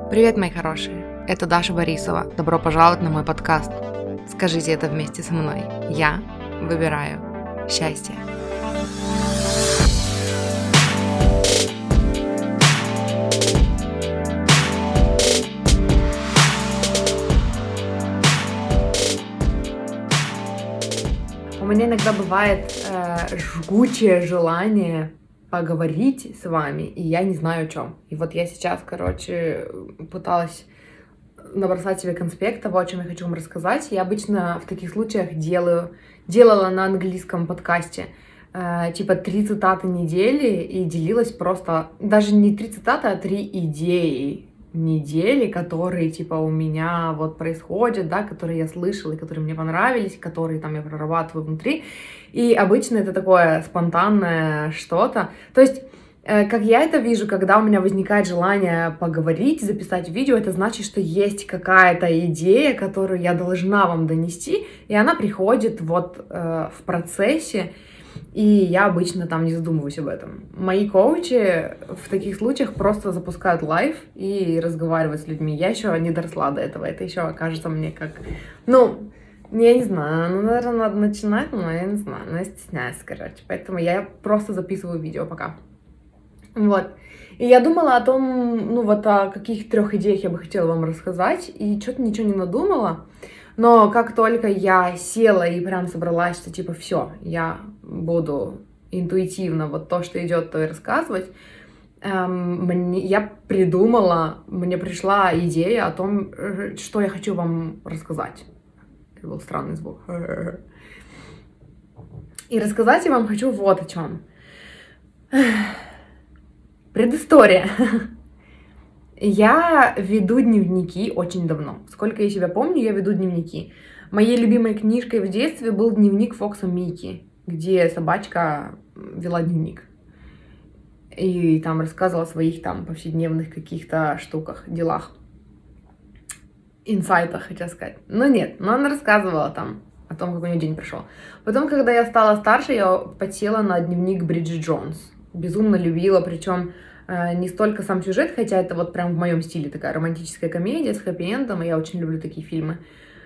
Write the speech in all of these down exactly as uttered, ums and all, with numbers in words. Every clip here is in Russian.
Привет, мои хорошие! Это Даша Борисова. Добро пожаловать на мой подкаст. Скажите это вместе со мной. Я выбираю счастье. У меня иногда бывает э, жгучее желание поговорить с вами, и я не знаю о чем. И вот я сейчас, короче, пыталась набросать себе конспект того, о чем я хочу вам рассказать. Я обычно в таких случаях делаю, делала на английском подкасте э, типа три цитаты недели и делилась просто, даже не три цитаты, а три идеи недели, которые типа у меня вот происходят, да, которые я слышала и которые мне понравились, которые там я прорабатываю внутри. И обычно это такое спонтанное что-то. То есть, э, как я это вижу, когда у меня возникает желание поговорить, записать видео, это значит, что есть какая-то идея, которую я должна вам донести, и она приходит вот э, в процессе, и я обычно там не задумываюсь об этом. Мои коучи в таких случаях просто запускают лайв и разговаривают с людьми. Я еще не доросла до этого. Это еще кажется мне как... Ну, я не знаю. Ну, наверное, надо начинать, но я не знаю. Но я стесняюсь, короче. Поэтому я просто записываю видео пока. Вот. И я думала о том, ну, вот о каких трех идеях я бы хотела вам рассказать. И что-то ничего не надумала. Но как только я села и прям собралась, что типа все, я буду интуитивно вот то, что идет, то и рассказывать, эм, мне, я придумала, мне пришла идея о том, что я хочу вам рассказать. Это был странный звук. И рассказать я вам хочу вот о чем. Предыстория. Я веду дневники очень давно. Сколько я себя помню, я веду дневники. Моей любимой книжкой в детстве был дневник Фокса Микки, где собачка вела дневник. И там рассказывала о своих там повседневных каких-то штуках, делах. Инсайтах, хотела сказать. Но нет, но она рассказывала там о том, как у нее день прошел. Потом, когда я стала старше, я подсела на дневник Бриджит Джонс. Безумно любила, причем не столько сам сюжет, хотя это вот прям в моем стиле такая романтическая комедия с хэппи-эндом, и я очень люблю такие фильмы,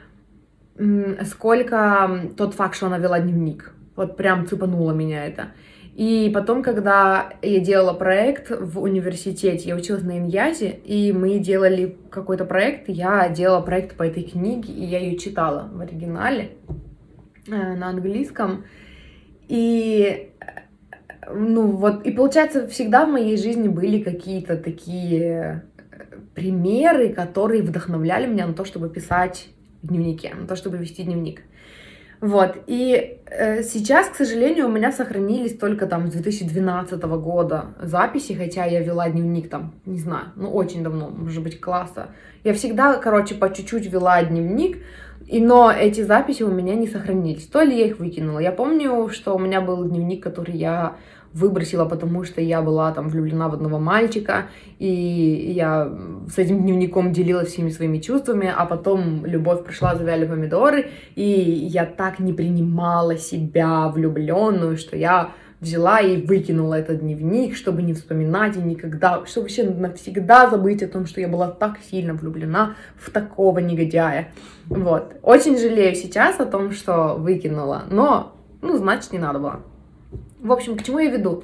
сколько тот факт, что она вела дневник. Вот прям цепануло меня это. И потом, когда я делала проект в университете, я училась на Иньязе, и мы делали какой-то проект, я делала проект по этой книге, и я ее читала в оригинале на английском. И ну вот, и получается, всегда в моей жизни были какие-то такие примеры, которые вдохновляли меня на то, чтобы писать в дневнике, на то, чтобы вести дневник. Вот, и э, сейчас, к сожалению, у меня сохранились только там с две тысячи двенадцатого года записи, хотя я вела дневник там, не знаю, ну очень давно, может быть, класса. Я всегда, короче, по чуть-чуть вела дневник, и, но эти записи у меня не сохранились. То ли я их выкинула. Я помню, что у меня был дневник, который я выбросила, потому что я была там влюблена в одного мальчика, и я с этим дневником делилась всеми своими чувствами, а потом любовь пришла, завяли помидоры, и я так не принимала себя влюбленную, что я взяла и выкинула этот дневник, чтобы не вспоминать и никогда, чтобы вообще навсегда забыть о том, что я была так сильно влюблена в такого негодяя. Вот. Очень жалею сейчас о том, что выкинула, но, ну, значит, не надо было. В общем, к чему я веду?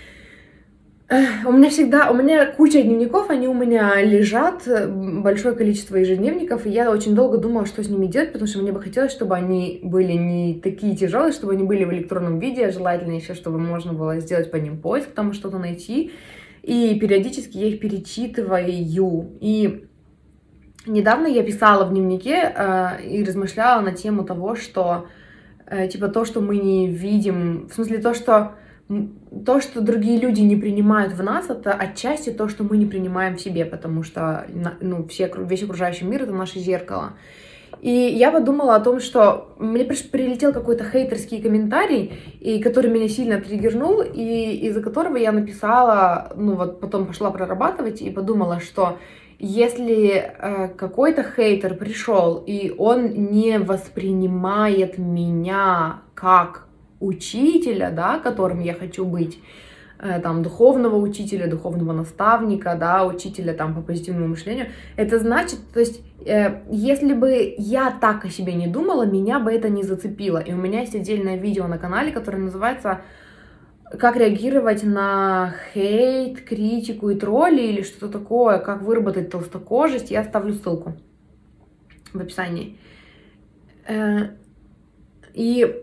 У меня всегда, у меня куча дневников, они у меня лежат, большое количество ежедневников, и я очень долго думала, что с ними делать, потому что мне бы хотелось, чтобы они были не такие тяжелые, чтобы они были в электронном виде, желательно еще, чтобы можно было сделать по ним поиск, там что-то найти, и периодически я их перечитываю, и недавно я писала в дневнике э, и размышляла на тему того, что э, типа то, что мы не видим, в смысле то, что то, что другие люди не принимают в нас, это отчасти то, что мы не принимаем в себе, потому что ну, все, весь окружающий мир — это наше зеркало. И я подумала о том, что мне прилетел какой-то хейтерский комментарий, и который меня сильно триггернул, и из-за которого я написала, ну вот потом пошла прорабатывать и подумала, что если э, какой-то хейтер пришел, и он не воспринимает меня как учителя, да, которым я хочу быть, там, духовного учителя, духовного наставника, да, учителя там по позитивному мышлению, это значит, то есть, э, если бы я так о себе не думала, меня бы это не зацепило. И у меня есть отдельное видео на канале, которое называется «Как реагировать на хейт, критику и тролли» или что-то такое, «Как выработать толстокожесть». Я оставлю ссылку в описании. Э, и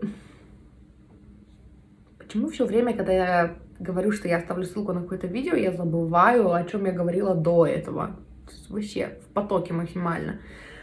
почему все время, когда я говорю, что я оставлю ссылку на какое-то видео, я забываю, о чем я говорила до этого. Вообще в потоке максимально.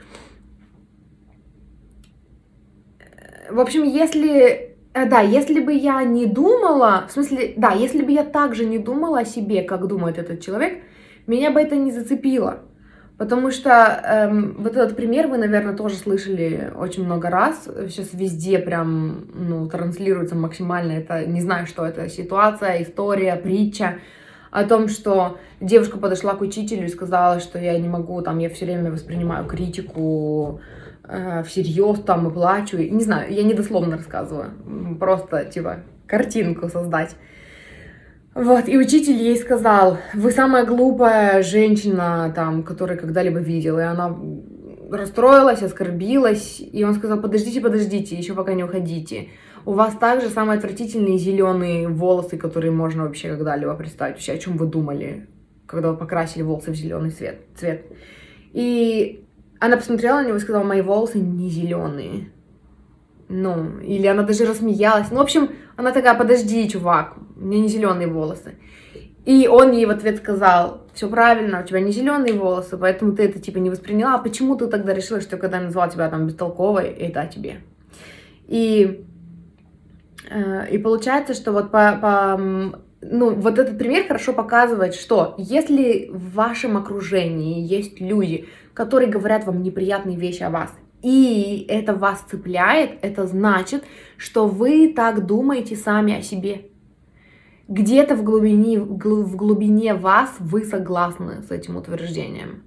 В общем, если... Да, если бы я не думала... В смысле, да, если бы я также не думала о себе, как думает этот человек, меня бы это не зацепило. Потому что эм, вот этот пример вы, наверное, тоже слышали очень много раз. Сейчас везде прям, ну, транслируется максимально. Это, не знаю, что это, ситуация, история, притча о том, что девушка подошла к учителю и сказала, что я не могу, там, я все время воспринимаю критику э, всерьез, там, и плачу. Не знаю, я не дословно рассказываю, просто, типа, картинку создать. Вот, и учитель ей сказал: вы самая глупая женщина, там, которую когда-либо видела. И она расстроилась, оскорбилась, и он сказал: подождите, подождите, еще пока не уходите. У вас также самые отвратительные зеленые волосы, которые можно вообще когда-либо представить. Вообще, о чем вы думали, когда вы покрасили волосы в зеленый цвет? цвет? И она посмотрела на него и сказала: мои волосы не зеленые. Ну, или она даже рассмеялась. Ну, в общем, она такая: подожди, чувак, у меня не зеленые волосы. И он ей в ответ сказал: все правильно, у тебя не зеленые волосы, поэтому ты это типа не восприняла. А почему ты тогда решила, что когда я назвала тебя там бестолковой, это о тебе? И, э, и получается, что вот по, по... Ну, вот этот пример хорошо показывает, что если в вашем окружении есть люди, которые говорят вам неприятные вещи о вас, и это вас цепляет, это значит, что вы так думаете сами о себе. Где-то в глубине, в глубине вас вы согласны с этим утверждением.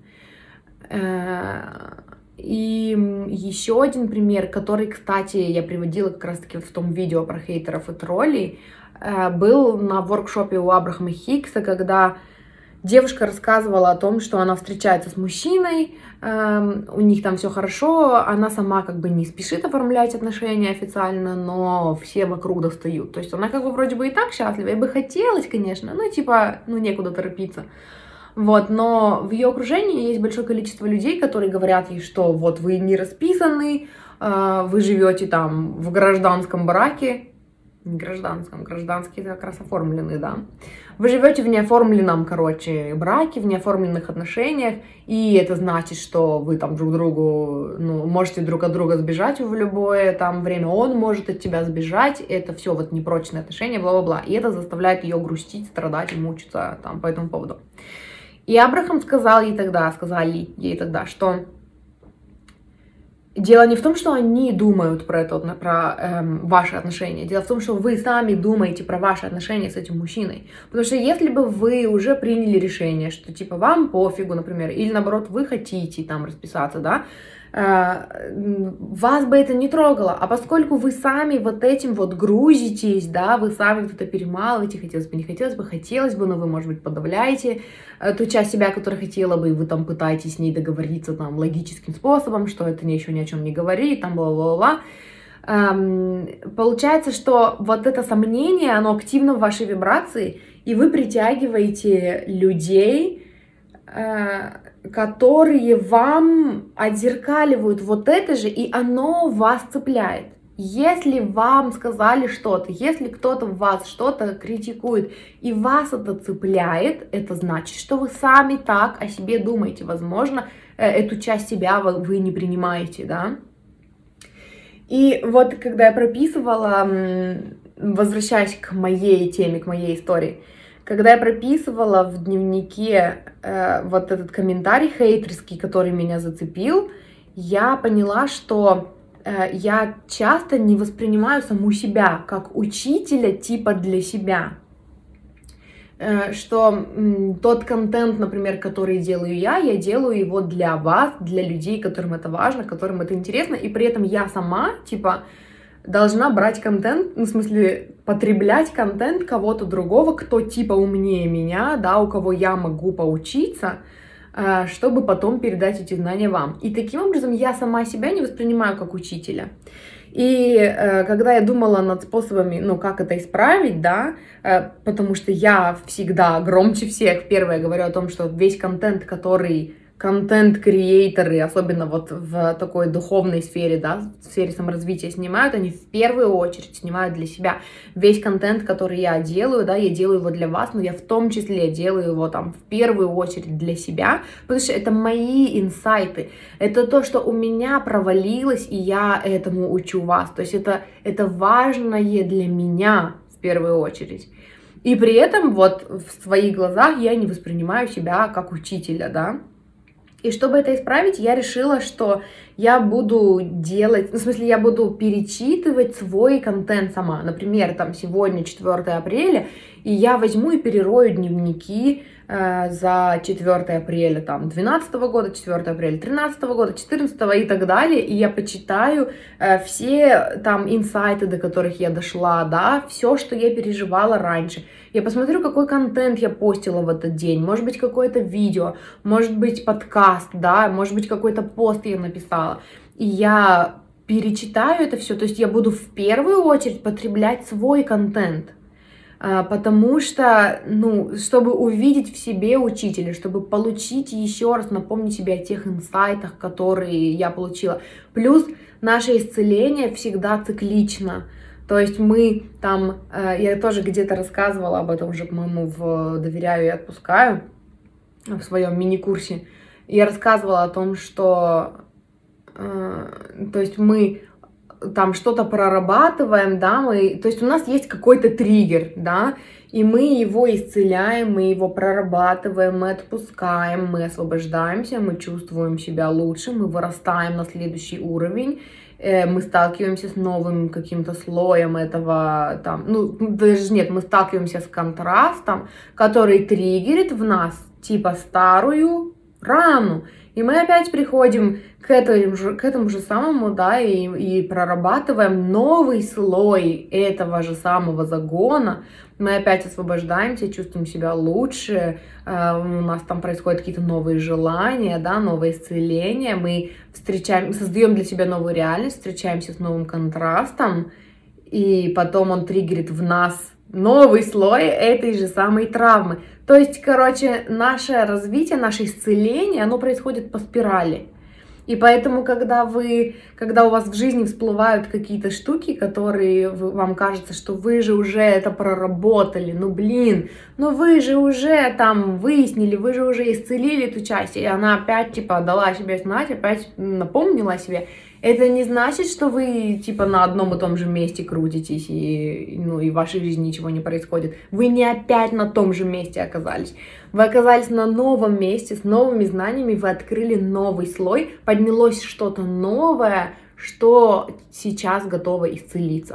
И еще один пример, который, кстати, я приводила как раз-таки в том видео про хейтеров и троллей, был на воркшопе у Абрахама Хикса, когда девушка рассказывала о том, что она встречается с мужчиной, э, у них там все хорошо, она сама как бы не спешит оформлять отношения официально, но все вокруг достают. То есть она как бы вроде бы и так счастлива, и бы хотелось, конечно, ну типа, ну некуда торопиться. Вот, но в ее окружении есть большое количество людей, которые говорят ей, что вот вы не расписаны, э, вы живете там в гражданском браке, не гражданском, гражданские как раз оформленные, да. Вы живете в неоформленном, короче, браке, в неоформленных отношениях, и это значит, что вы там друг другу, ну, можете друг от друга сбежать в любое там время, он может от тебя сбежать, это все вот непрочные отношения, бла-бла-бла, и это заставляет ее грустить, страдать и мучиться там по этому поводу. И Абрахам сказал ей тогда, сказали ей тогда, что дело не в том, что они думают про это, про эм, ваши отношения. Дело в том, что вы сами думаете про ваши отношения с этим мужчиной. Потому что если бы вы уже приняли решение, что типа вам пофигу, например, или наоборот вы хотите там расписаться, да, э, вас бы это не трогало. А поскольку вы сами вот этим вот грузитесь, да, вы сами вот это перемалываете, хотелось бы, не хотелось бы, хотелось бы, но вы, может быть, подавляете э, ту часть себя, которая хотела бы, и вы там пытаетесь с ней договориться там логическим способом, что это еще ни о чем не говорит, там бла-бла-бла. Эм, получается, что вот это сомнение, оно активно в вашей вибрации, и вы притягиваете людей, э, которые вам отзеркаливают вот это же, и оно вас цепляет. Если вам сказали что-то, если кто-то вас что-то критикует, и вас это цепляет, это значит, что вы сами так о себе думаете. Возможно, эту часть себя вы не принимаете, да. И вот когда я прописывала, возвращаясь к моей теме, к моей истории, когда я прописывала в дневнике э, вот этот комментарий хейтерский, который меня зацепил, я поняла, что э, я часто не воспринимаю саму себя как учителя типа для себя. Э, что э, тот контент, например, который делаю я, я делаю его для вас, для людей, которым это важно, которым это интересно, и при этом я сама, типа, должна брать контент, ну, в смысле, потреблять контент кого-то другого, кто типа умнее меня, да, у кого я могу поучиться, чтобы потом передать эти знания вам. И таким образом я сама себя не воспринимаю как учителя. И э, когда я думала над способами, ну, как это исправить, да, э, потому что я всегда громче всех, первое, говорю о том, что весь контент, который контент-креаторы, особенно вот в такой духовной сфере, да, в сфере саморазвития снимают, они в первую очередь снимают для себя. Весь контент, который я делаю, да, я делаю его для вас, но я в том числе делаю его там в первую очередь для себя, потому что это мои инсайты, это то, что у меня провалилось, и я этому учу вас, то есть это, это важное для меня в первую очередь. И при этом вот в своих глазах я не воспринимаю себя как учителя, да. И чтобы это исправить, я решила, что я буду делать, ну, в смысле, я буду перечитывать свой контент сама. Например, там сегодня четвёртое апреля, и я возьму и перерою дневники э, за четвёртое апреля, там, двенадцатого года, четвёртое апреля, тринадцатого года, четырнадцатого и так далее, и я почитаю э, все там инсайты, до которых я дошла, да, все, что я переживала раньше. Я посмотрю, какой контент я постила в этот день, может быть, какое-то видео, может быть, подкаст, да, может быть, какой-то пост я написала. И я перечитаю это все, то есть я буду в первую очередь потреблять свой контент, потому что, ну, чтобы увидеть в себе учителя, чтобы получить еще раз, напомнить себе о тех инсайтах, которые я получила. Плюс наше исцеление всегда циклично. То есть мы там, я тоже где-то рассказывала об этом уже, по-моему, в «Доверяю и отпускаю», в своем мини-курсе. Я рассказывала о том, что, то есть мы там что-то прорабатываем, да, мы, то есть у нас есть какой-то триггер, да, и мы его исцеляем, мы его прорабатываем, мы отпускаем, мы освобождаемся, мы чувствуем себя лучше, мы вырастаем на следующий уровень, мы сталкиваемся с новым каким-то слоем этого, там, ну, даже нет, мы сталкиваемся с контрастом, который триггерит в нас, типа, старую рану, и мы опять приходим к этому же, к этому же самому, да, и, и прорабатываем новый слой этого же самого загона, мы опять освобождаемся, чувствуем себя лучше, э, у нас там происходят какие-то новые желания, да, новое исцеление, мы встречаем, создаем для себя новую реальность, встречаемся с новым контрастом, и потом он триггерит в нас новый слой этой же самой травмы. То есть, короче, наше развитие, наше исцеление, оно происходит по спирали. И поэтому, когда вы, когда у вас в жизни всплывают какие-то штуки, которые вы, вам кажется, что вы же уже это проработали, ну блин, ну вы же уже там выяснили, вы же уже исцелили эту часть, и она опять типа дала о себе знать, опять напомнила о себе. Это не значит, что вы типа на одном и том же месте крутитесь, и, ну, и в вашей жизни ничего не происходит. Вы не опять на том же месте оказались. Вы оказались на новом месте, с новыми знаниями, вы открыли новый слой, поднялось что-то новое, что сейчас готово исцелиться.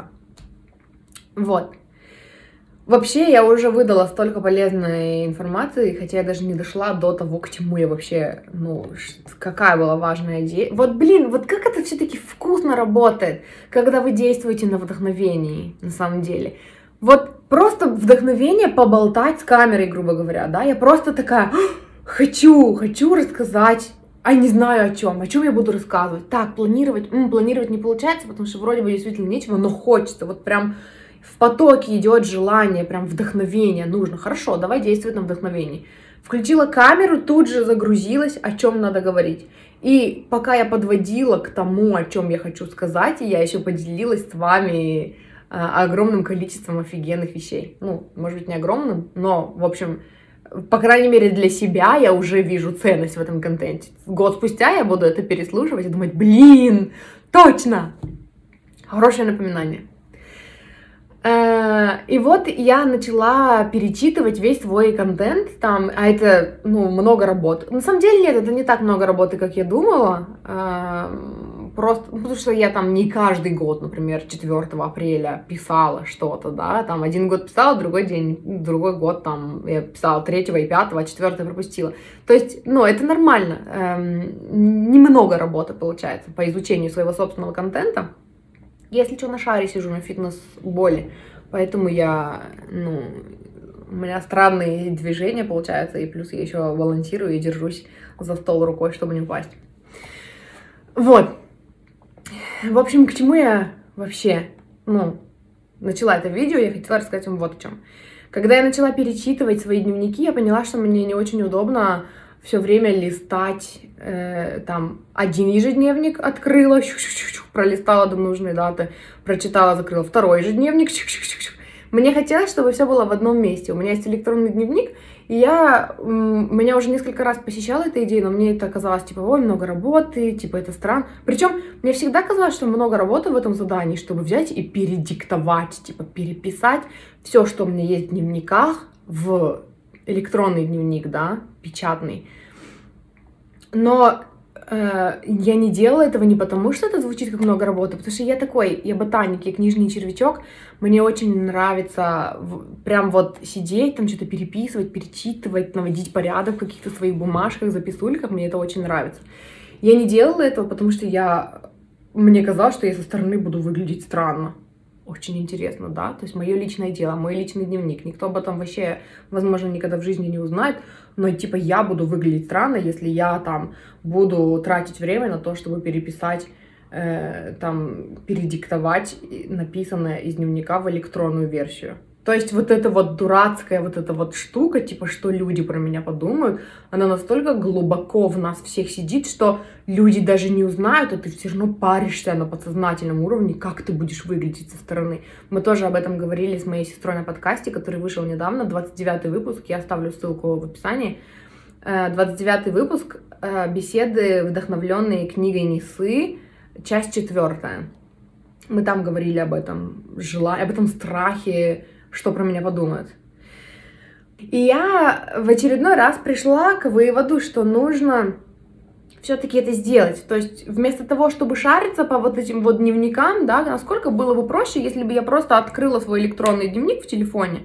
Вот. Вообще, я уже выдала столько полезной информации, хотя я даже не дошла до того, к чему я вообще, ну, какая была важная идея. Вот, блин, вот как это все-таки вкусно работает, когда вы действуете на вдохновении, на самом деле. Вот просто вдохновение поболтать с камерой, грубо говоря, да, я просто такая, хочу, хочу рассказать, а не знаю о чем, о чем я буду рассказывать. Так, планировать, м, планировать не получается, потому что вроде бы действительно нечего, но хочется, вот прям... В потоке идет желание, прям вдохновение нужно. Хорошо, давай действовать на вдохновении. Включила камеру, тут же загрузилась, о чем надо говорить. И пока я подводила к тому, о чем я хочу сказать, я еще поделилась с вами а, огромным количеством офигенных вещей. Ну, может быть, не огромным, но, в общем, по крайней мере, для себя я уже вижу ценность в этом контенте. Год спустя я буду это переслушивать и думать, блин, точно! Хорошее напоминание. И вот я начала перечитывать весь свой контент там, а это, ну, много работы. На самом деле нет, это не так много работы, как я думала, просто потому что я там не каждый год, например, четвёртого апреля писала что-то, да, там один год писала, другой день, другой год там я писала третьего и пятого, а четвёртый пропустила. То есть, ну, это нормально, немного работы получается по изучению своего собственного контента. Если что, на шаре сижу, на фитнес-боле, поэтому я, ну, у меня странные движения получаются, и плюс я еще балансирую и держусь за стол рукой, чтобы не упасть. Вот. В общем, к чему я вообще, ну, начала это видео, я хотела рассказать вам вот о чем. Когда я начала перечитывать свои дневники, я поняла, что мне не очень удобно все время листать, э, там, один ежедневник открыла, пролистала до нужной даты, прочитала, закрыла второй ежедневник. Мне хотелось, чтобы все было в одном месте. У меня есть электронный дневник, и я, меня уже несколько раз посещала эта идея, но мне это казалось, типа, ой, много работы, типа, это странно. Причем мне всегда казалось, что много работы в этом задании, чтобы взять и передиктовать, типа, переписать все, что у меня есть в дневниках, в электронный дневник, да, печатный. Но э, я не делала этого не потому, что это звучит как много работы, потому что я такой, я ботаник, я книжный червячок, мне очень нравится в, прям вот сидеть, там что-то переписывать, перечитывать, наводить порядок в каких-то своих бумажках, записульках, мне это очень нравится. Я не делала этого, потому что я, мне казалось, что я со стороны буду выглядеть странно. Очень интересно, да, то есть мое личное дело, мой личный дневник. Никто об этом вообще, возможно, никогда в жизни не узнает, но типа я буду выглядеть странно, если я там буду тратить время на то, чтобы переписать, э, там, передиктовать написанное из дневника в электронную версию. То есть вот эта вот дурацкая вот эта вот штука, типа, что люди про меня подумают, она настолько глубоко в нас всех сидит, что люди даже не узнают, а ты все равно паришься на подсознательном уровне, как ты будешь выглядеть со стороны. Мы тоже об этом говорили с моей сестрой на подкасте, который вышел недавно, двадцать девятый выпуск, я оставлю ссылку в описании. двадцать девятый выпуск, беседы, вдохновленные книгой Нисы, часть четвертая. Мы там говорили об этом желании, об этом страхе, что про меня подумают. И я в очередной раз пришла к выводу, что нужно все-таки это сделать. То есть вместо того, чтобы шариться по вот этим вот дневникам, да, насколько было бы проще, если бы я просто открыла свой электронный дневник в телефоне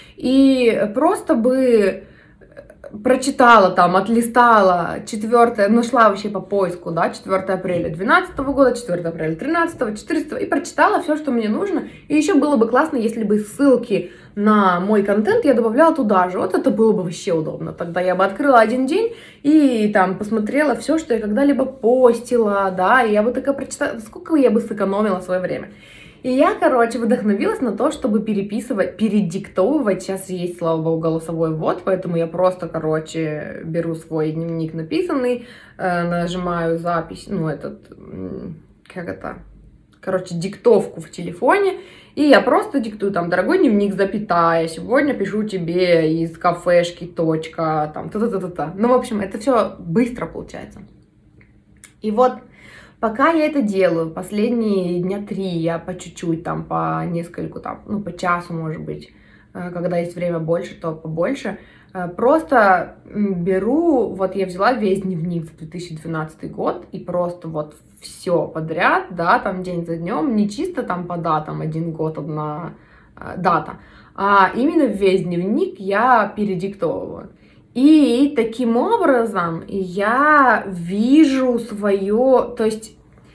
и просто бы прочитала там, отлистала четвёртое, нашла вообще по поиску, да, четвёртое апреля двенадцатого года, четвёртое апреля тринадцатого, четырнадцатого, и прочитала все, что мне нужно. И еще было бы классно, если бы ссылки на мой контент я добавляла туда же. Вот это было бы вообще удобно. Тогда я бы открыла один день и там посмотрела все, что я когда-либо постила, да, и я бы такая прочитала, сколько я бы сэкономила свое время. И я, короче, вдохновилась на то, чтобы переписывать, передиктовывать. Сейчас есть, слава богу, голосовой ввод, поэтому я просто, короче, беру свой дневник написанный, э, нажимаю запись, ну, этот, как это, короче, диктовку в телефоне, и я просто диктую, там, дорогой дневник, запятая, сегодня пишу тебе из кафешки, точка, там, та-та-та-та-та. Ну, в общем, это все быстро получается. И вот, пока я это делаю, последние дня три, я по чуть-чуть, там, по нескольку, там, ну, по часу, может быть, когда есть время больше, то побольше, просто беру, вот я взяла весь дневник за две тысячи двенадцатый год и просто вот все подряд, да, там, день за днем, не чисто там по датам, один год, одна дата, а именно весь дневник я передиктовываю. И таким образом я вижу свое, то есть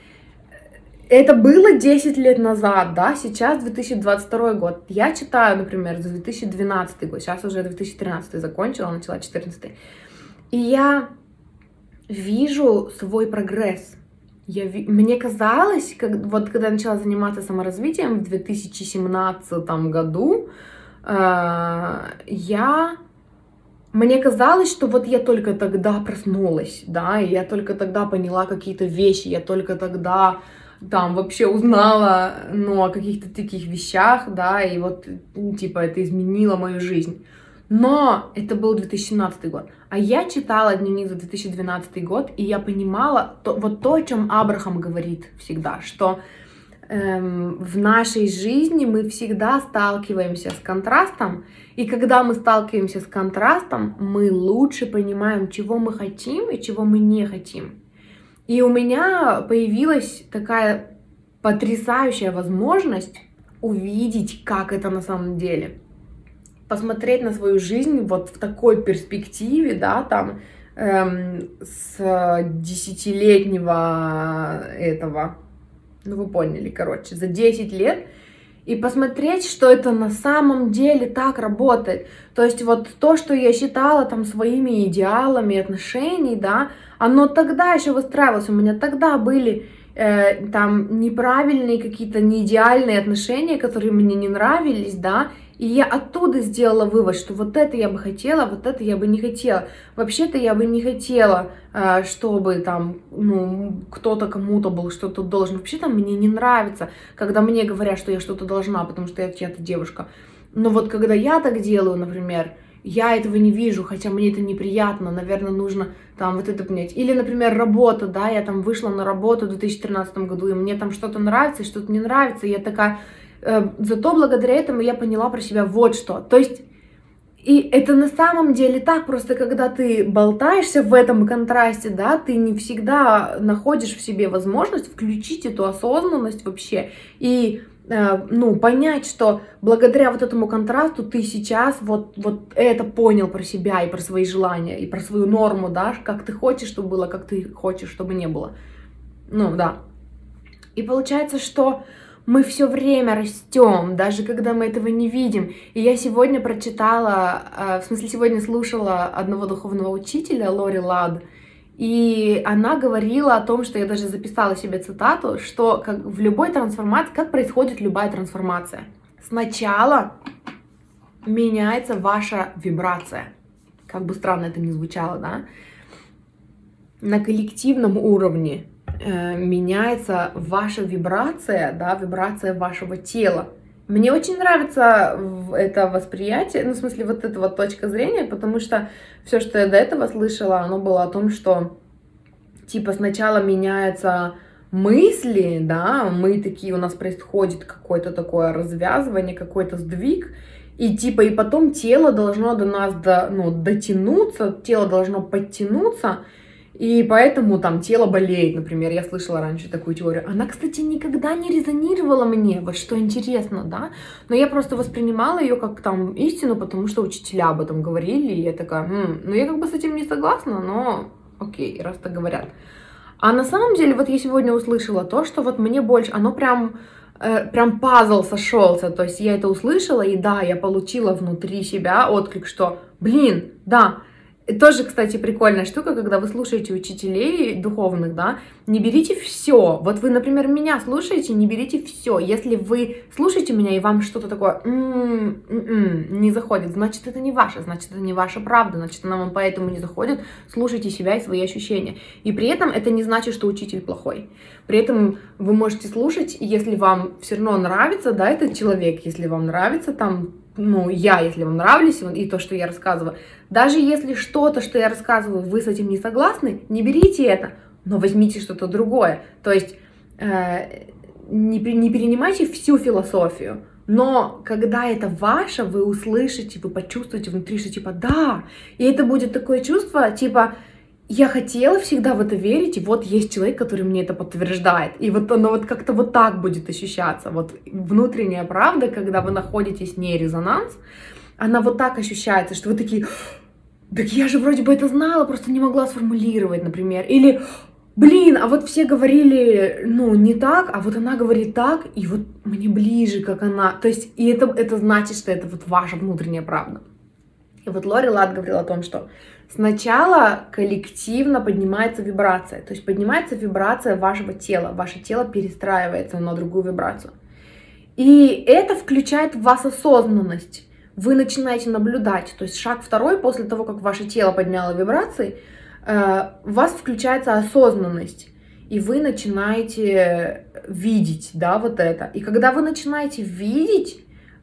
это было десять лет назад, да, сейчас две тысячи двадцать второй год. Я читаю, например, за две тысячи двенадцатый год, сейчас уже две тысячи тринадцатый закончила, начала четырнадцатый. И я вижу свой прогресс. Я, мне казалось, как, вот когда я начала заниматься саморазвитием в две тысячи семнадцатом году, э, я... Мне казалось, что вот я только тогда проснулась, да, и я только тогда поняла какие-то вещи, я только тогда там вообще узнала, ну, о каких-то таких вещах, да, и вот, типа, это изменило мою жизнь. Но это был две тысячи семнадцатый год, а я читала дневник за две тысячи двенадцатый год, и я понимала то, вот то, о чем Абрахам говорит всегда, что эм, в нашей жизни мы всегда сталкиваемся с контрастом, и когда мы сталкиваемся с контрастом, мы лучше понимаем, чего мы хотим и чего мы не хотим. И у меня появилась такая потрясающая возможность увидеть, как это на самом деле. Посмотреть на свою жизнь вот в такой перспективе, да, там, эм, с десятилетнего этого, Ну, вы поняли, короче, за десять лет. И посмотреть, что это на самом деле так работает. То есть вот то, что я считала там своими идеалами отношений, да, оно тогда еще выстраивалось. У меня тогда были э, там неправильные какие-то, неидеальные отношения, которые мне не нравились, да. И я оттуда сделала вывод, что вот это я бы хотела, вот это я бы не хотела. Вообще-то я бы не хотела, чтобы там, ну, кто-то кому-то был что-то должен. Вообще-то мне не нравится, когда мне говорят, что я что-то должна, потому что я чья-то девушка. Но вот когда я так делаю, например, я этого не вижу, хотя мне это неприятно, наверное, нужно там вот это понять. Или, например, работа, да, я там вышла на работу в две тысячи тринадцатом году, и мне там что-то нравится, и что-то не нравится, и я такая... Зато благодаря этому я поняла про себя вот что. То есть, и это на самом деле так, просто когда ты болтаешься в этом контрасте, да, ты не всегда находишь в себе возможность включить эту осознанность вообще и, э, ну, понять, что благодаря вот этому контрасту ты сейчас вот, вот это понял про себя и про свои желания, и про свою норму, да, как ты хочешь, чтобы было, как ты хочешь, чтобы не было. Ну, да. И получается, что... мы все время растем, даже когда мы этого не видим. И я сегодня прочитала, в смысле, сегодня слушала одного духовного учителя, Лори Лад, и она говорила о том, что я даже записала себе цитату, что как в любой трансформации, как происходит любая трансформация. Сначала меняется ваша вибрация. Как бы странно это ни звучало, да? На коллективном уровне меняется ваша вибрация, да, вибрация вашего тела. Мне очень нравится это восприятие, ну, в смысле, вот эта вот точка зрения, потому что все, что я до этого слышала, оно было о том, что, типа, сначала меняются мысли, да, мы такие, у нас происходит какое-то такое развязывание, какой-то сдвиг, и, типа, и потом тело должно до нас, до, ну, дотянуться, тело должно подтянуться, и поэтому там тело болеет, например, я слышала раньше такую теорию. Она, кстати, никогда не резонировала мне, вот что интересно, да, но я просто воспринимала ее как там истину, потому что учителя об этом говорили, и я такая, М, ну я как бы с этим не согласна, но окей, раз так говорят. А на самом деле, вот я сегодня услышала то, что вот мне больше, оно прям, э, прям пазл сошелся, то есть я это услышала, и да, я получила внутри себя отклик, что, блин, да. И тоже, кстати, прикольная штука, когда вы слушаете учителей духовных, да, не берите все. Вот вы, например, меня слушаете, не берите все. Если вы слушаете меня, и вам что-то такое м-м, м-м, не заходит, значит, это не ваше, значит, это не ваша правда, значит, она вам поэтому не заходит. Слушайте себя и свои ощущения. И при этом это не значит, что учитель плохой. При этом вы можете слушать, и если вам все равно нравится, да, этот человек, если вам нравится там, ну, я, если вам нравлюсь, и то, что я рассказываю, даже если что-то, что я рассказываю, вы с этим не согласны, не берите это, но возьмите что-то другое. То есть э, не, не перенимайте всю философию, но когда это ваше, вы услышите, вы почувствуете внутри, что типа да, и это будет такое чувство, типа я хотела всегда в это верить, и вот есть человек, который мне это подтверждает. И вот оно вот как-то вот так будет ощущаться. Вот внутренняя правда, когда вы находите с ней резонанс, она вот так ощущается, что вы такие, так я же вроде бы это знала, просто не могла сформулировать, например. Или, блин, а вот все говорили, ну, не так, а вот она говорит так, и вот мне ближе, как она. То есть, и это, это значит, что это вот ваша внутренняя правда. И вот Лори Лад говорила о том, что сначала коллективно поднимается вибрация, то есть поднимается вибрация вашего тела, ваше тело перестраивается на другую вибрацию. И это включает в вас осознанность. Вы начинаете наблюдать, то есть шаг второй, после того, как ваше тело подняло вибрации, в вас включается осознанность. И вы начинаете видеть, да, вот это. И когда вы начинаете видеть,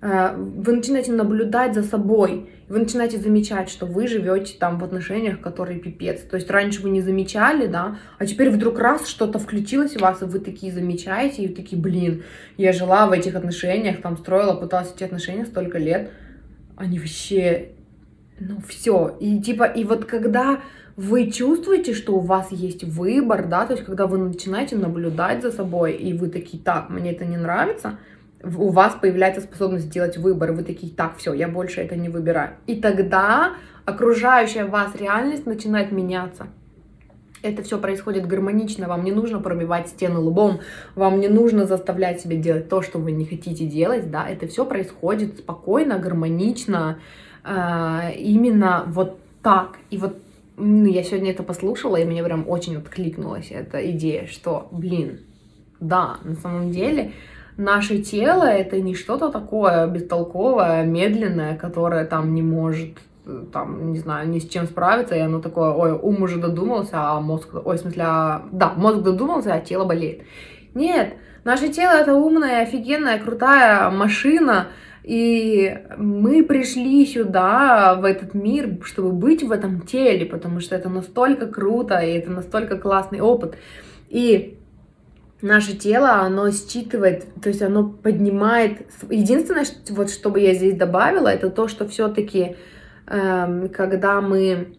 вы начинаете наблюдать за собой, вы начинаете замечать, что вы живете там в отношениях, которые пипец. То есть раньше вы не замечали, да, а теперь вдруг раз что-то включилось в вас, и вы такие замечаете, и вы такие, блин, я жила в этих отношениях, там строила, пыталась эти отношения столько лет, они вообще, ну все. И типа, и вот когда вы чувствуете, что у вас есть выбор, да, то есть когда вы начинаете наблюдать за собой, и вы такие, так, мне это не нравится, у вас появляется способность сделать выбор, и вы такие, так, все, я больше это не выбираю. И тогда окружающая вас реальность начинает меняться. Это все происходит гармонично, вам не нужно пробивать стены лбом, вам не нужно заставлять себя делать то, что вы не хотите делать, да, это все происходит спокойно, гармонично, э, именно вот так. И вот ну, я сегодня это послушала, и мне прям очень откликнулась эта идея, что, блин, да, на самом деле наше тело — это не что-то такое бестолковое, медленное, которое там не может, там, не знаю, ни с чем справиться, и оно такое, ой, ум уже додумался, а мозг, ой, в смысле, а, да, мозг додумался, а тело болеет. Нет, наше тело — это умная, офигенная, крутая машина, и мы пришли сюда, в этот мир, чтобы быть в этом теле, потому что это настолько круто, и это настолько классный опыт. И наше тело, оно считывает, то есть оно поднимает... Единственное, что, вот, что бы я здесь добавила, это то, что все-таки, эм, когда мы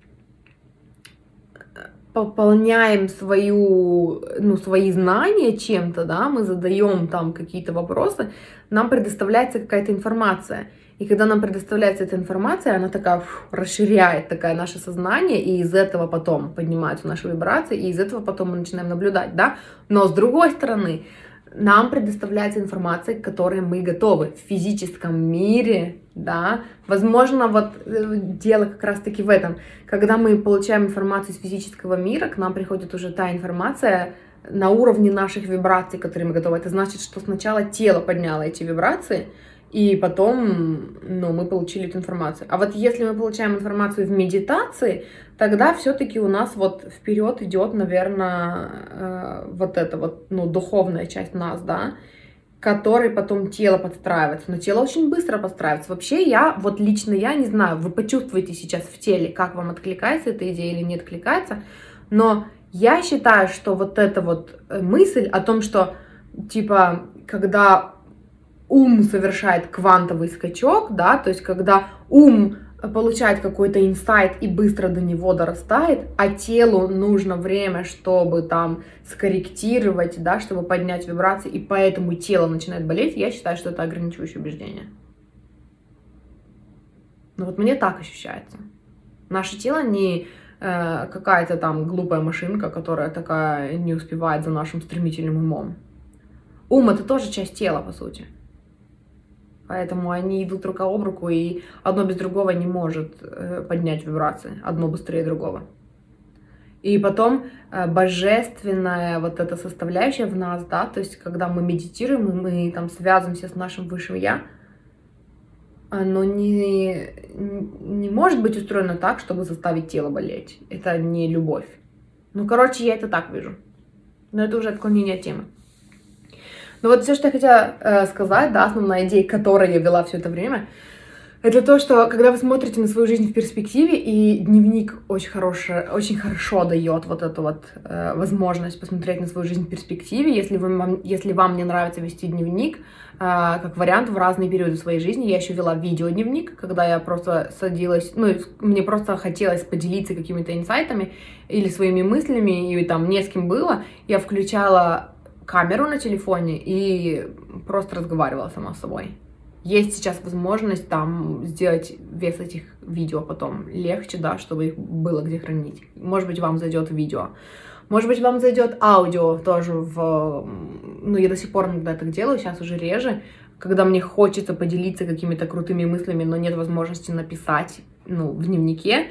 пополняем свою, ну, свои знания чем-то, да, мы задаем там какие-то вопросы, нам предоставляется какая-то информация. И когда нам предоставляется эта информация, она такая фу, расширяет такая наше сознание, и из этого потом поднимаются наши вибрации, и из этого потом мы начинаем наблюдать, да. Но с другой стороны, нам предоставляется информация, к которой мы готовы в физическом мире, да. Возможно, вот дело как раз-таки в этом. Когда мы получаем информацию из физического мира, к нам приходит уже та информация на уровне наших вибраций, которые мы готовы. Это значит, что сначала тело подняло эти вибрации, и потом, ну, мы получили эту информацию. А вот если мы получаем информацию в медитации, тогда все-таки у нас вот вперед идет, наверное, э, вот эта вот, ну, духовная часть нас, да, которой потом тело подстраивается. Но тело очень быстро подстраивается. Вообще я, вот лично я не знаю, вы почувствуете сейчас в теле, как вам откликается эта идея или не откликается, но я считаю, что вот эта вот мысль о том, что, типа, когда ум совершает квантовый скачок, да, то есть когда ум получает какой-то инсайт и быстро до него дорастает, а телу нужно время, чтобы там скорректировать, да, чтобы поднять вибрации, и поэтому тело начинает болеть, я считаю, что это ограничивающее убеждение. Ну вот мне так ощущается. Наше тело не э, какая-то там глупая машинка, которая такая не успевает за нашим стремительным умом. Ум — это тоже часть тела, по сути. Поэтому они идут рука об руку, и одно без другого не может э, поднять вибрации. Одно быстрее другого. И потом э, божественная вот эта составляющая в нас, да, то есть когда мы медитируем, и мы там связываемся с нашим высшим я, оно не, не может быть устроено так, чтобы заставить тело болеть. Это не любовь. Ну, короче, я это так вижу. Но это уже отклонение от темы. Но вот все, что я хотела э, сказать, да, основная идея, которой я вела все это время, это то, что когда вы смотрите на свою жизнь в перспективе, и дневник очень, хороший, очень хорошо дает вот эту вот э, возможность посмотреть на свою жизнь в перспективе, если, вы, если вам не нравится вести дневник, э, как вариант в разные периоды своей жизни. Я еще вела видеодневник, когда я просто садилась, ну, мне просто хотелось поделиться какими-то инсайтами или своими мыслями, и там не с кем было, я включала камеру на телефоне и просто разговаривала сама с собой. Есть сейчас возможность там сделать вес этих видео потом легче, да, чтобы их было где хранить. Может быть, вам зайдет видео. Может быть, вам зайдет аудио тоже в... Ну, я до сих пор иногда так делаю, сейчас уже реже, когда мне хочется поделиться какими-то крутыми мыслями, но нет возможности написать, ну, в дневнике,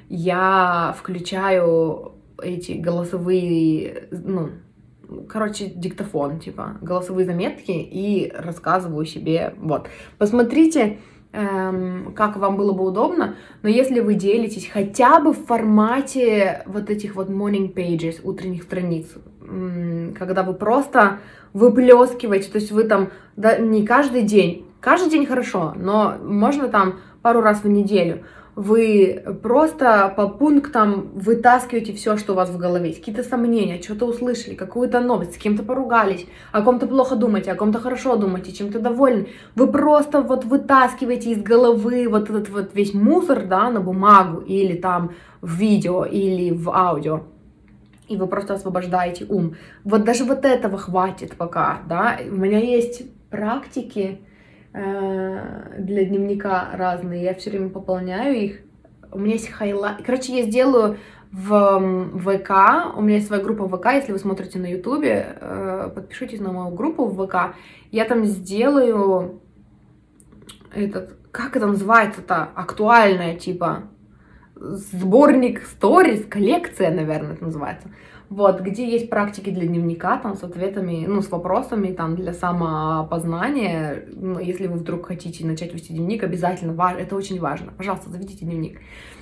я включаю эти голосовые, ну, короче, диктофон, типа, голосовые заметки, и рассказываю себе, вот. Посмотрите, эм, как вам было бы удобно, но если вы делитесь хотя бы в формате вот этих вот morning pages, утренних страниц, эм, когда вы просто выплескиваете, то есть вы там, да, не каждый день, каждый день хорошо, но можно там пару раз в неделю, вы просто по пунктам вытаскиваете все, что у вас в голове, какие-то сомнения, что-то услышали, какую-то новость, с кем-то поругались, о ком-то плохо думаете, о ком-то хорошо думаете, чем-то довольны. Вы просто вот вытаскиваете из головы вот этот вот весь мусор, да, на бумагу или там в видео или в аудио. И вы просто освобождаете ум. Вот даже вот этого хватит пока, да. У меня есть практики для дневника разные, я все время пополняю их, у меня есть хайлайт. Короче, я сделаю в ВК, у меня есть своя группа в ВК, если вы смотрите на Ютубе, подпишитесь на мою группу в ВК. Я там сделаю этот, как это называется-то, актуальная, типа, сборник сторис, коллекция, наверное, это называется. Вот, где есть практики для дневника, там, с ответами, ну, с вопросами, там, для самопознания. Ну, если вы вдруг хотите начать вести дневник, обязательно, это очень важно. Пожалуйста, заведите дневник.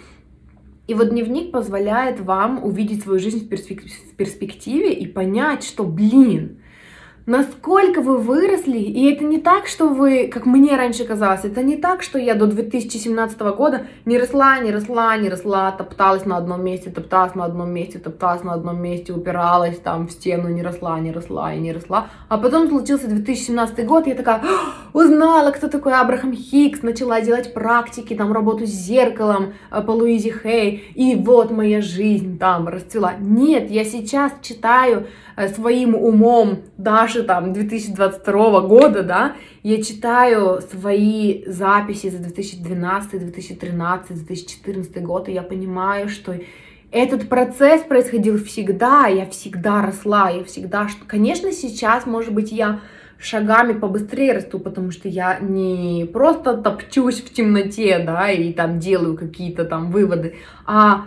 И вот дневник позволяет вам увидеть свою жизнь в перспективе и понять, что, блин, насколько вы выросли, и это не так, что вы, как мне раньше казалось, это не так, что я до две тысячи семнадцатого года не росла, не росла, не росла, топталась на одном месте, топталась на одном месте, топталась на одном месте, упиралась там в стену, не росла, не росла и не росла. А потом случился две тысячи семнадцатый год, и я такая, узнала, кто такой Абрахам Хикс, начала делать практики, там, работу с зеркалом по Луизе Хей, и вот моя жизнь там расцвела. Нет, я сейчас читаю своим умом Даши там две тысячи двадцать второго года, да, я читаю свои записи за две тысячи двенадцатый, две тысячи тринадцатый, две тысячи четырнадцатый год, и я понимаю, что этот процесс происходил всегда, я всегда росла, я всегда, конечно, сейчас, может быть, я шагами побыстрее расту, потому что я не просто топчусь в темноте, да, и там делаю какие-то там выводы, а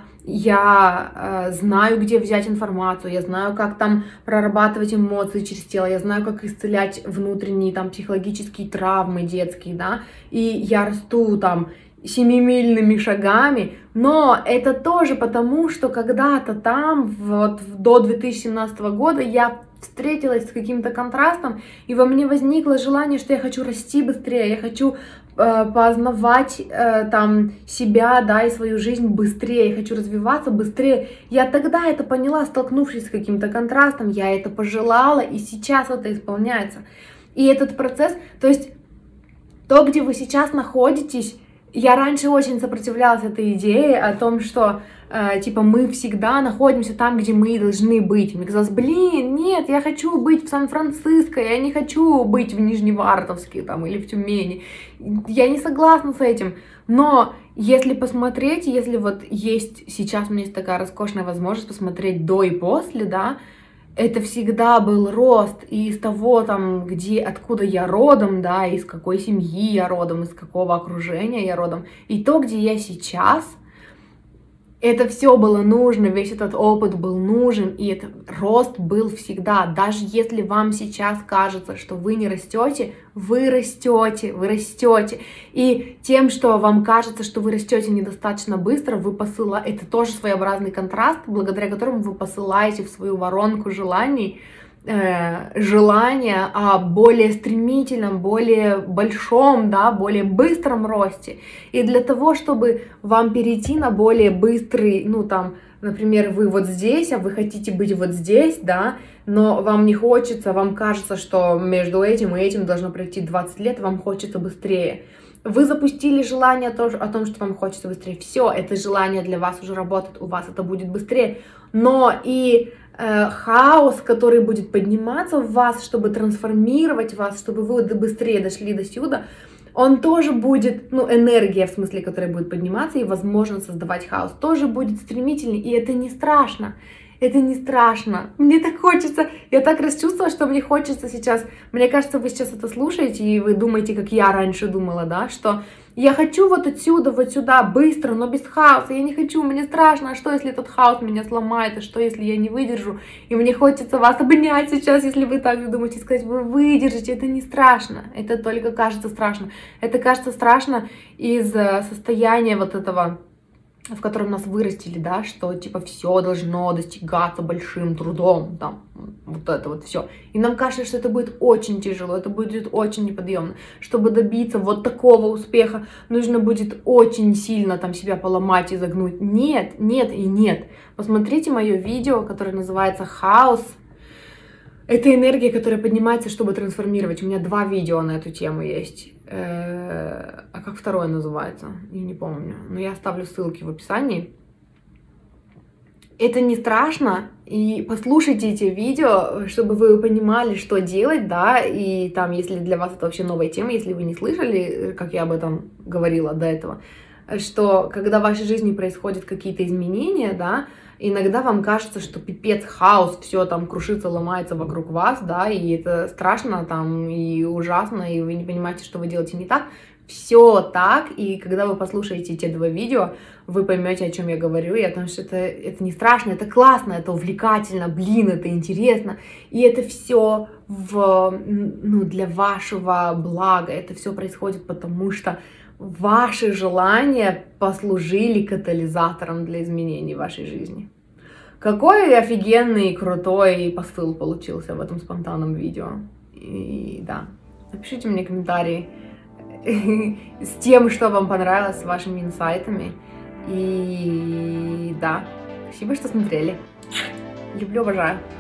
я э, знаю, где взять информацию, я знаю, как там прорабатывать эмоции через тело, я знаю, как исцелять внутренние там психологические травмы детские, да, и я расту там семимильными шагами, но это тоже потому, что когда-то там, вот до две тысячи семнадцатого года, я встретилась с каким-то контрастом, и во мне возникло желание, что я хочу расти быстрее, я хочу э, познавать э, там себя, да, и свою жизнь быстрее, я хочу развиваться быстрее. Я тогда это поняла, столкнувшись с каким-то контрастом, я это пожелала, и сейчас это исполняется. И этот процесс, то есть то, где вы сейчас находитесь, я раньше очень сопротивлялась этой идее о том, что, э, типа, мы всегда находимся там, где мы должны быть. Мне казалось, блин, нет, я хочу быть в Сан-Франциско, я не хочу быть в Нижневартовске там, или в Тюмени. Я не согласна с этим. Но если посмотреть, если вот есть, сейчас у меня есть такая роскошная возможность посмотреть до и после, да, это всегда был рост, и из того, там, где, откуда я родом, да, из какой семьи я родом, из какого окружения я родом, и то, где я сейчас, это все было нужно, весь этот опыт был нужен, и этот рост был всегда. Даже если вам сейчас кажется, что вы не растете, вы растете, вы растете. И тем, что вам кажется, что вы растете недостаточно быстро, вы посылаете, это тоже своеобразный контраст, благодаря которому вы посылаете в свою воронку желаний, э, желания о более стремительном, более большом, да, более быстром росте. И для того, чтобы вам перейти на более быстрый, ну там, например, вы вот здесь, а вы хотите быть вот здесь, да, но вам не хочется, вам кажется, что между этим и этим должно пройти двадцать лет, вам хочется быстрее. Вы запустили желание о том, что вам хочется быстрее. Все, это желание для вас уже работает, у вас это будет быстрее. Но и э, хаос, который будет подниматься в вас, чтобы трансформировать вас, чтобы вы быстрее дошли до сюда, он тоже будет, ну, энергия, в смысле, которая будет подниматься и возможность создавать хаос, тоже будет стремительней, и это не страшно. Это не страшно. Мне так хочется, я так расчувствовала, что мне хочется сейчас, мне кажется, вы сейчас это слушаете, и вы думаете, как я раньше думала, да, что я хочу вот отсюда, вот сюда, быстро, но без хаоса, я не хочу, мне страшно, а что, если этот хаос меня сломает, а что, если я не выдержу, и мне хочется вас обнять сейчас, если вы так думаете, сказать, вы выдержите, это не страшно, это только кажется страшно, это кажется страшно из состояния вот этого, в котором нас вырастили, да, что типа все должно достигаться большим трудом, там, вот это вот все. И нам кажется, что это будет очень тяжело, это будет очень неподъемно. Чтобы добиться вот такого успеха, нужно будет очень сильно там себя поломать и загнуть. Нет, нет и нет. Посмотрите мое видео, которое называется «Хаос». Это энергия, которая поднимается, чтобы трансформировать. У меня два видео на эту тему есть. А как второе называется? Я не помню. Но я оставлю ссылки в описании. Это не страшно. И послушайте эти видео, чтобы вы понимали, что делать, да. И там, если для вас это вообще новая тема, если вы не слышали, как я об этом говорила до этого, что когда в вашей жизни происходят какие-то изменения, да, иногда вам кажется, что пипец, хаос, все там крушится, ломается вокруг вас, да, и это страшно там, и ужасно, и вы не понимаете, что вы делаете не так. Все так, и когда вы послушаете эти два видео, вы поймете, о чем я говорю, и о том, что это, это не страшно, это классно, это увлекательно, блин, это интересно, и это все в, ну, для вашего блага, это все происходит потому, что ваши желания послужили катализатором для изменений в вашей жизни. Какой офигенный, крутой посыл получился в этом спонтанном видео. И да, напишите мне комментарии с тем, что вам понравилось, с вашими инсайтами. И да, спасибо, что смотрели. Люблю, обожаю.